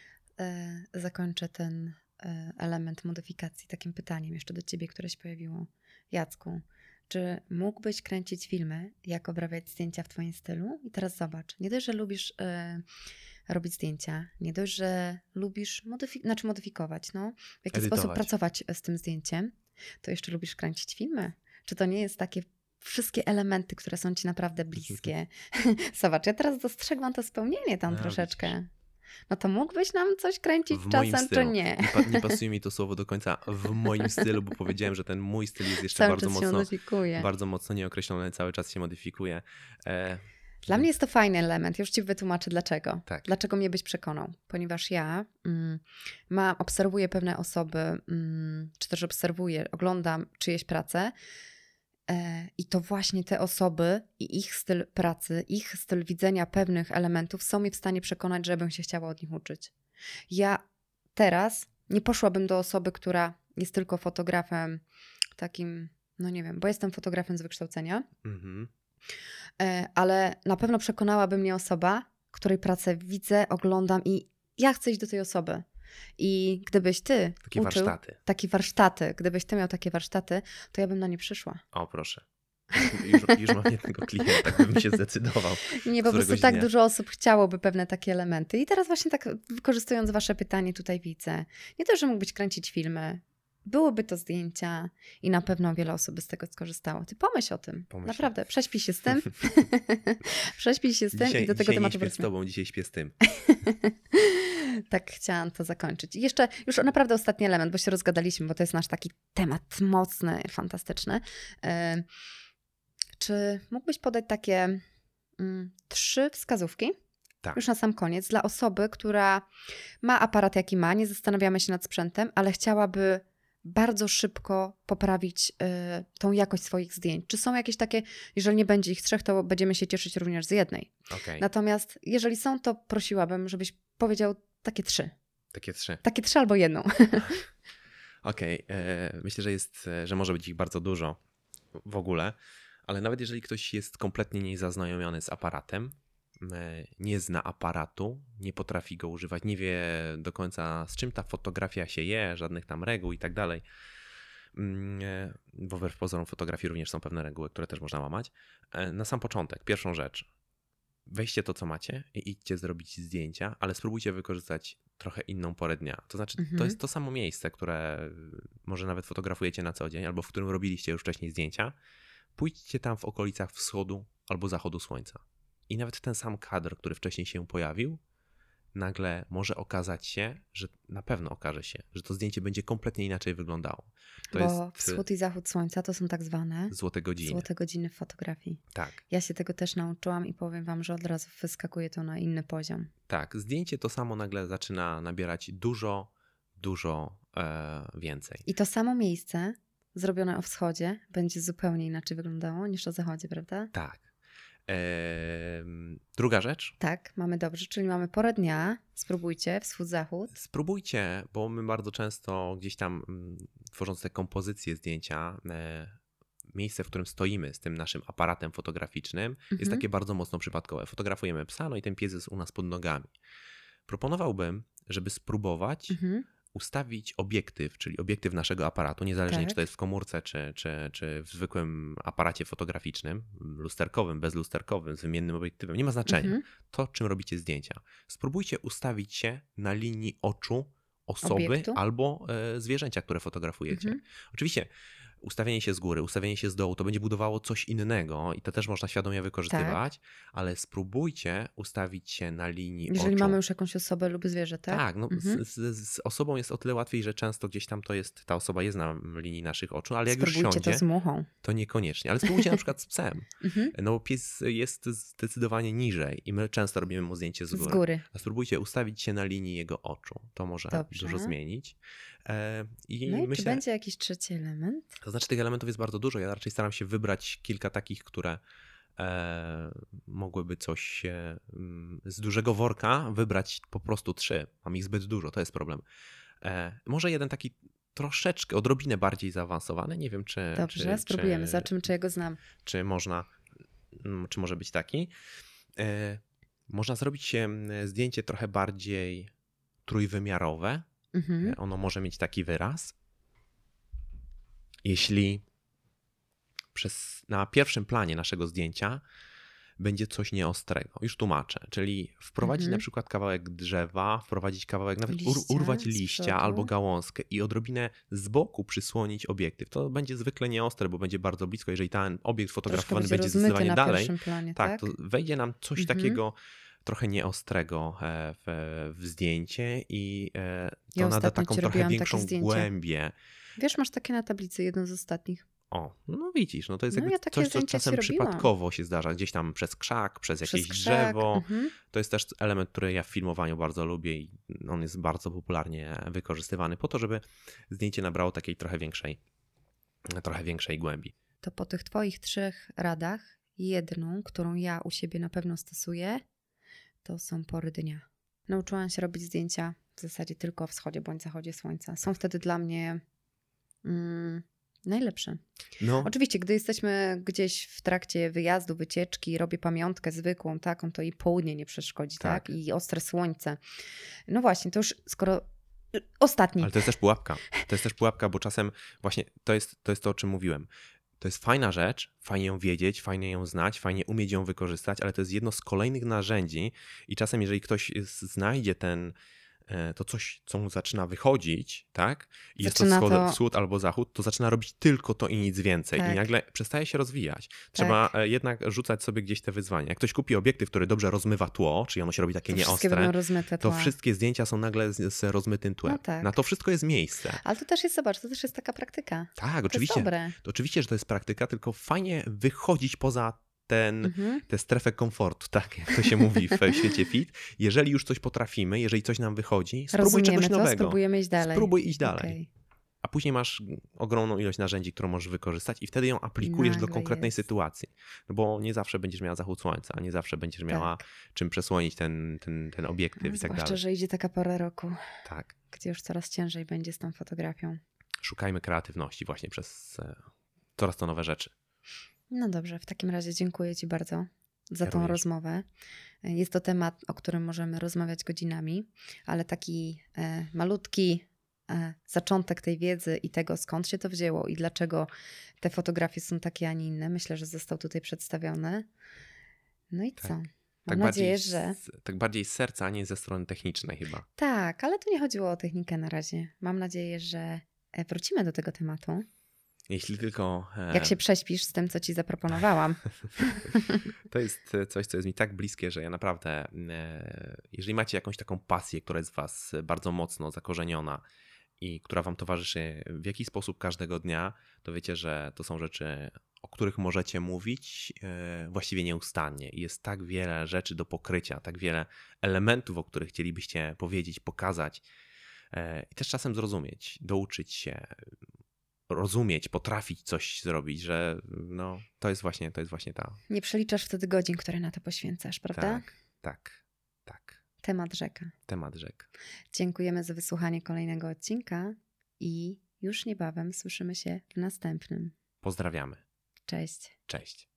E, zakończę ten e, element modyfikacji takim pytaniem jeszcze do ciebie, które się pojawiło. Jacku, czy mógłbyś kręcić filmy, jak obrabiać zdjęcia w twoim stylu? I teraz zobacz, nie dość, że lubisz e, robić zdjęcia, nie dość, że lubisz modyfi- znaczy modyfikować, no, w jaki Edytować. sposób pracować z tym zdjęciem, to jeszcze lubisz kręcić filmy. Czy to nie jest takie wszystkie elementy, które są ci naprawdę bliskie? Zobacz, ja teraz dostrzegłam to spełnienie tam No, troszeczkę. No to mógłbyś nam coś kręcić W moim czasem, czy stylu. nie? Nie, pa, nie pasuje mi to słowo do końca w moim stylu, bo powiedziałem, że ten mój styl jest jeszcze Cały bardzo czas się mocno, modyfikuje. bardzo mocno nieokreślony, cały czas się modyfikuje. E, Dla mnie jest to fajny element. Już ci wytłumaczę dlaczego. Tak. Dlaczego mnie byś przekonał? Ponieważ ja mm, ma, obserwuję pewne osoby, mm, czy też obserwuję, oglądam czyjeś pracę e, i to właśnie te osoby i ich styl pracy, ich styl widzenia pewnych elementów są mnie w stanie przekonać, żebym się chciała od nich uczyć. Ja teraz nie poszłabym do osoby, która jest tylko fotografem takim, no nie wiem, bo jestem fotografem z wykształcenia, mhm. E, ale na pewno przekonałaby mnie osoba, której pracę widzę, oglądam i ja chcę iść do tej osoby. I gdybyś ty Takie uczył warsztaty. takie warsztaty, gdybyś ty miał takie warsztaty, to ja bym na nie przyszła. O, proszę. Już, już mam jednego klienta, gdybym się zdecydował. Nie, po prostu Któregoś tak dnia. dużo osób chciałoby pewne takie elementy. I teraz właśnie tak wykorzystując wasze pytanie tutaj widzę. Nie to, że mógłbyś kręcić filmy. Byłyby to zdjęcia i na pewno wiele osób by z tego skorzystało. Ty pomyśl o tym. Pomyślę. Naprawdę, prześpij się z tym. Prześpij się z tym Dzisiaj, i do tego dzisiaj nie tematu śpię z wrócimy. tobą, dzisiaj śpię z tym. Tak chciałam to zakończyć. I jeszcze już naprawdę ostatni element, bo się rozgadaliśmy, bo to jest nasz taki temat mocny, fantastyczny. Yy, czy mógłbyś podać takie mm, trzy wskazówki? Tak. Już na sam koniec, dla osoby, która ma aparat jaki ma, nie zastanawiamy się nad sprzętem, ale chciałaby bardzo szybko poprawić y, tą jakość swoich zdjęć. Czy są jakieś takie, jeżeli nie będzie ich trzech, to będziemy się cieszyć również z jednej. Okej, Natomiast jeżeli są, to prosiłabym, żebyś powiedział takie trzy. takie trzy. Takie trzy albo jedną. Okej, e, myślę, że jest, e, że może być ich bardzo dużo w ogóle, ale nawet jeżeli ktoś jest kompletnie niezaznajomiony z aparatem, e, nie zna aparatu, nie potrafi go używać, nie wie do końca z czym ta fotografia się je, żadnych tam reguł i tak dalej, bo wbrew pozorom fotografii również są pewne reguły, które też można łamać. Na sam początek, pierwszą rzecz, weźcie to, co macie i idźcie zrobić zdjęcia, ale spróbujcie wykorzystać trochę inną porę dnia. To znaczy, Mhm. to jest to samo miejsce, które może nawet fotografujecie na co dzień, albo w którym robiliście już wcześniej zdjęcia. Pójdźcie tam w okolicach wschodu albo zachodu słońca. I nawet ten sam kadr, który wcześniej się pojawił, nagle może okazać się, że na pewno okaże się, że to zdjęcie będzie kompletnie inaczej wyglądało. To Bo jest wschód i zachód słońca to są tak zwane złote godziny. złote godziny w fotografii. Tak. Ja się tego też nauczyłam i powiem wam, że od razu wyskakuje to na inny poziom. Tak, zdjęcie to samo nagle zaczyna nabierać dużo, dużo e, więcej. I to samo miejsce zrobione o wschodzie będzie zupełnie inaczej wyglądało niż o zachodzie, prawda? Tak. E, druga rzecz. Tak, mamy dobrze, czyli mamy porę dnia, spróbujcie, wschód-zachód. Spróbujcie, bo my bardzo często gdzieś tam m, tworząc te kompozycje zdjęcia, e, miejsce, w którym stoimy z tym naszym aparatem fotograficznym Mhm. jest takie bardzo mocno przypadkowe. Fotografujemy psa, no i ten pies jest u nas pod nogami. Proponowałbym, żeby spróbować Mhm. ustawić obiektyw, czyli obiektyw naszego aparatu, niezależnie Tak. czy to jest w komórce, czy, czy, czy w zwykłym aparacie fotograficznym, lusterkowym, bezlusterkowym, z wymiennym obiektywem, nie ma znaczenia. Mhm. To, czym robicie zdjęcia. Spróbujcie ustawić się na linii oczu osoby Obiektu. albo e, zwierzęcia, które fotografujecie. Mhm. Oczywiście ustawienie się z góry, ustawienie się z dołu, to będzie budowało coś innego i to też można świadomie wykorzystywać, ale spróbujcie ustawić się na linii Jeżeli oczu. mamy już jakąś osobę lub zwierzę, tak? Tak, no Mhm. z, z, z osobą jest o tyle łatwiej, że często gdzieś tam to jest, ta osoba jest na linii naszych oczu, ale jak już Spróbujcie siądzie, to z muchą. to niekoniecznie. Ale spróbujcie na przykład z psem. Mhm. No bo pies jest zdecydowanie niżej i my często robimy mu zdjęcie z Z góry. góry. A spróbujcie ustawić się na linii jego oczu. To może Dobrze. dużo zmienić. E, I No i myślę, czy będzie jakiś trzeci element? to znaczy tych elementów jest bardzo dużo. Ja raczej staram się wybrać kilka takich, które e, mogłyby coś e, z dużego worka wybrać po prostu trzy. Mam ich zbyt dużo, to jest problem. E, może jeden taki troszeczkę, odrobinę bardziej zaawansowany. Nie wiem, czy... Dobrze, czy, spróbujemy. Czy, Zobaczymy, czy ja go znam. czy można, czy może być taki. E, można zrobić się zdjęcie trochę bardziej trójwymiarowe. Mhm. Ono może mieć taki wyraz. Jeśli przez, na pierwszym planie naszego zdjęcia będzie coś nieostrego. Już tłumaczę. Czyli wprowadzić Mhm. na przykład kawałek drzewa, wprowadzić kawałek, nawet ur, Liścia urwać z liścia przodu. albo gałązkę i odrobinę z boku przysłonić obiektyw. To będzie zwykle nieostre, bo będzie bardzo blisko. Jeżeli ten obiekt Troszkę fotografowany będzie będzie rozmyty zdecydowanie na dalej, pierwszym planie, tak, tak? to wejdzie nam coś Mhm. takiego trochę nieostrego e, w, w zdjęcie i e, to Ja nada ostatnio taką ci trochę robiłam takie większą zdjęcie. głębię. Wiesz, masz takie na tablicy, jedno z ostatnich. O, no widzisz, no to jest No jakby ja takie coś, co zdjęcia ci czasem robiłam. przypadkowo się zdarza, gdzieś tam przez krzak, przez jakieś Przez krzak. drzewo. Mhm. To jest też element, który ja w filmowaniu bardzo lubię i on jest bardzo popularnie wykorzystywany po to, żeby zdjęcie nabrało takiej trochę większej, trochę większej głębi. To po tych twoich trzech radach jedną, którą ja u siebie na pewno stosuję, to są pory dnia. Nauczyłam się robić zdjęcia w zasadzie tylko o wschodzie bądź zachodzie słońca. Są wtedy dla mnie mm, najlepsze. No, Oczywiście, gdy jesteśmy gdzieś w trakcie wyjazdu, wycieczki, robię pamiątkę zwykłą, taką, to i południe nie przeszkodzi, tak? Tak. I ostre słońce. No właśnie, to już skoro... Ostatni. ale to jest też pułapka. To jest też pułapka, bo czasem właśnie to jest to, jest to o czym mówiłem. To jest fajna rzecz, fajnie ją wiedzieć, fajnie ją znać, fajnie umieć ją wykorzystać, ale to jest jedno z kolejnych narzędzi i czasem jeżeli ktoś znajdzie ten, to coś, co mu zaczyna wychodzić, tak? I jest to Zaczyna wschód, to- wschód albo zachód, to zaczyna robić tylko to i nic więcej. Tak. I nagle przestaje się rozwijać. Trzeba Tak. jednak rzucać sobie gdzieś te wyzwania. Jak ktoś kupi obiektyw, który dobrze rozmywa tło, czyli ono się robi takie To wszystkie nieostre, będą rozmyte to tła. wszystkie zdjęcia są nagle z, z rozmytym tłem. No tak. Na to wszystko jest miejsce. Ale to też jest, zobacz, to też jest taka praktyka. Tak, To oczywiście. jest dobre. To oczywiście, że to jest praktyka, tylko fajnie wychodzić poza ten, Mhm. tę strefę komfortu, tak jak to się mówi w świecie fit. Jeżeli już coś potrafimy, jeżeli coś nam wychodzi, spróbuj Rozumiemy czegoś to, nowego. spróbujemy iść dalej. Spróbuj iść dalej. Okej. A później masz ogromną ilość narzędzi, którą możesz wykorzystać i wtedy ją aplikujesz do nagle konkretnej jest. sytuacji. No bo nie zawsze będziesz miała zachód słońca, nie zawsze będziesz miała Tak. czym przesłonić ten, ten, ten obiektyw i tak Zwłaszcza, dalej. że idzie taka pora roku, Tak. gdzie już coraz ciężej będzie z tą fotografią. Szukajmy kreatywności właśnie przez e, coraz to nowe rzeczy. No dobrze, w takim razie dziękuję Ci bardzo za Ja tą również. rozmowę. Jest to temat, o którym możemy rozmawiać godzinami, ale taki e, malutki e, zaczątek tej wiedzy i tego, skąd się to wzięło i dlaczego te fotografie są takie, a nie inne, myślę, że został tutaj przedstawiony. No i Tak. co? Mam Tak nadzieję, bardziej, że... z, tak bardziej z serca, a nie ze strony technicznej chyba. Tak, ale tu nie chodziło o technikę na razie. Mam nadzieję, że e, wrócimy do tego tematu. Jeśli tylko... E... Jak się prześpisz z tym, co ci zaproponowałam. To jest coś, co jest mi tak bliskie, że ja naprawdę, e, jeżeli macie jakąś taką pasję, która jest w was bardzo mocno zakorzeniona i która wam towarzyszy w jakiś sposób każdego dnia, to wiecie, że to są rzeczy, o których możecie mówić e, właściwie nieustannie. I jest tak wiele rzeczy do pokrycia, tak wiele elementów, o których chcielibyście powiedzieć, pokazać e, i też czasem zrozumieć, douczyć się, rozumieć, potrafić coś zrobić, że no, to jest właśnie, to jest właśnie ta... Nie przeliczasz wtedy godzin, które na to poświęcasz, prawda? Tak, tak, tak. Temat rzeka. Temat rzek. Dziękujemy za wysłuchanie kolejnego odcinka i już niebawem słyszymy się w następnym. Pozdrawiamy. Cześć. Cześć.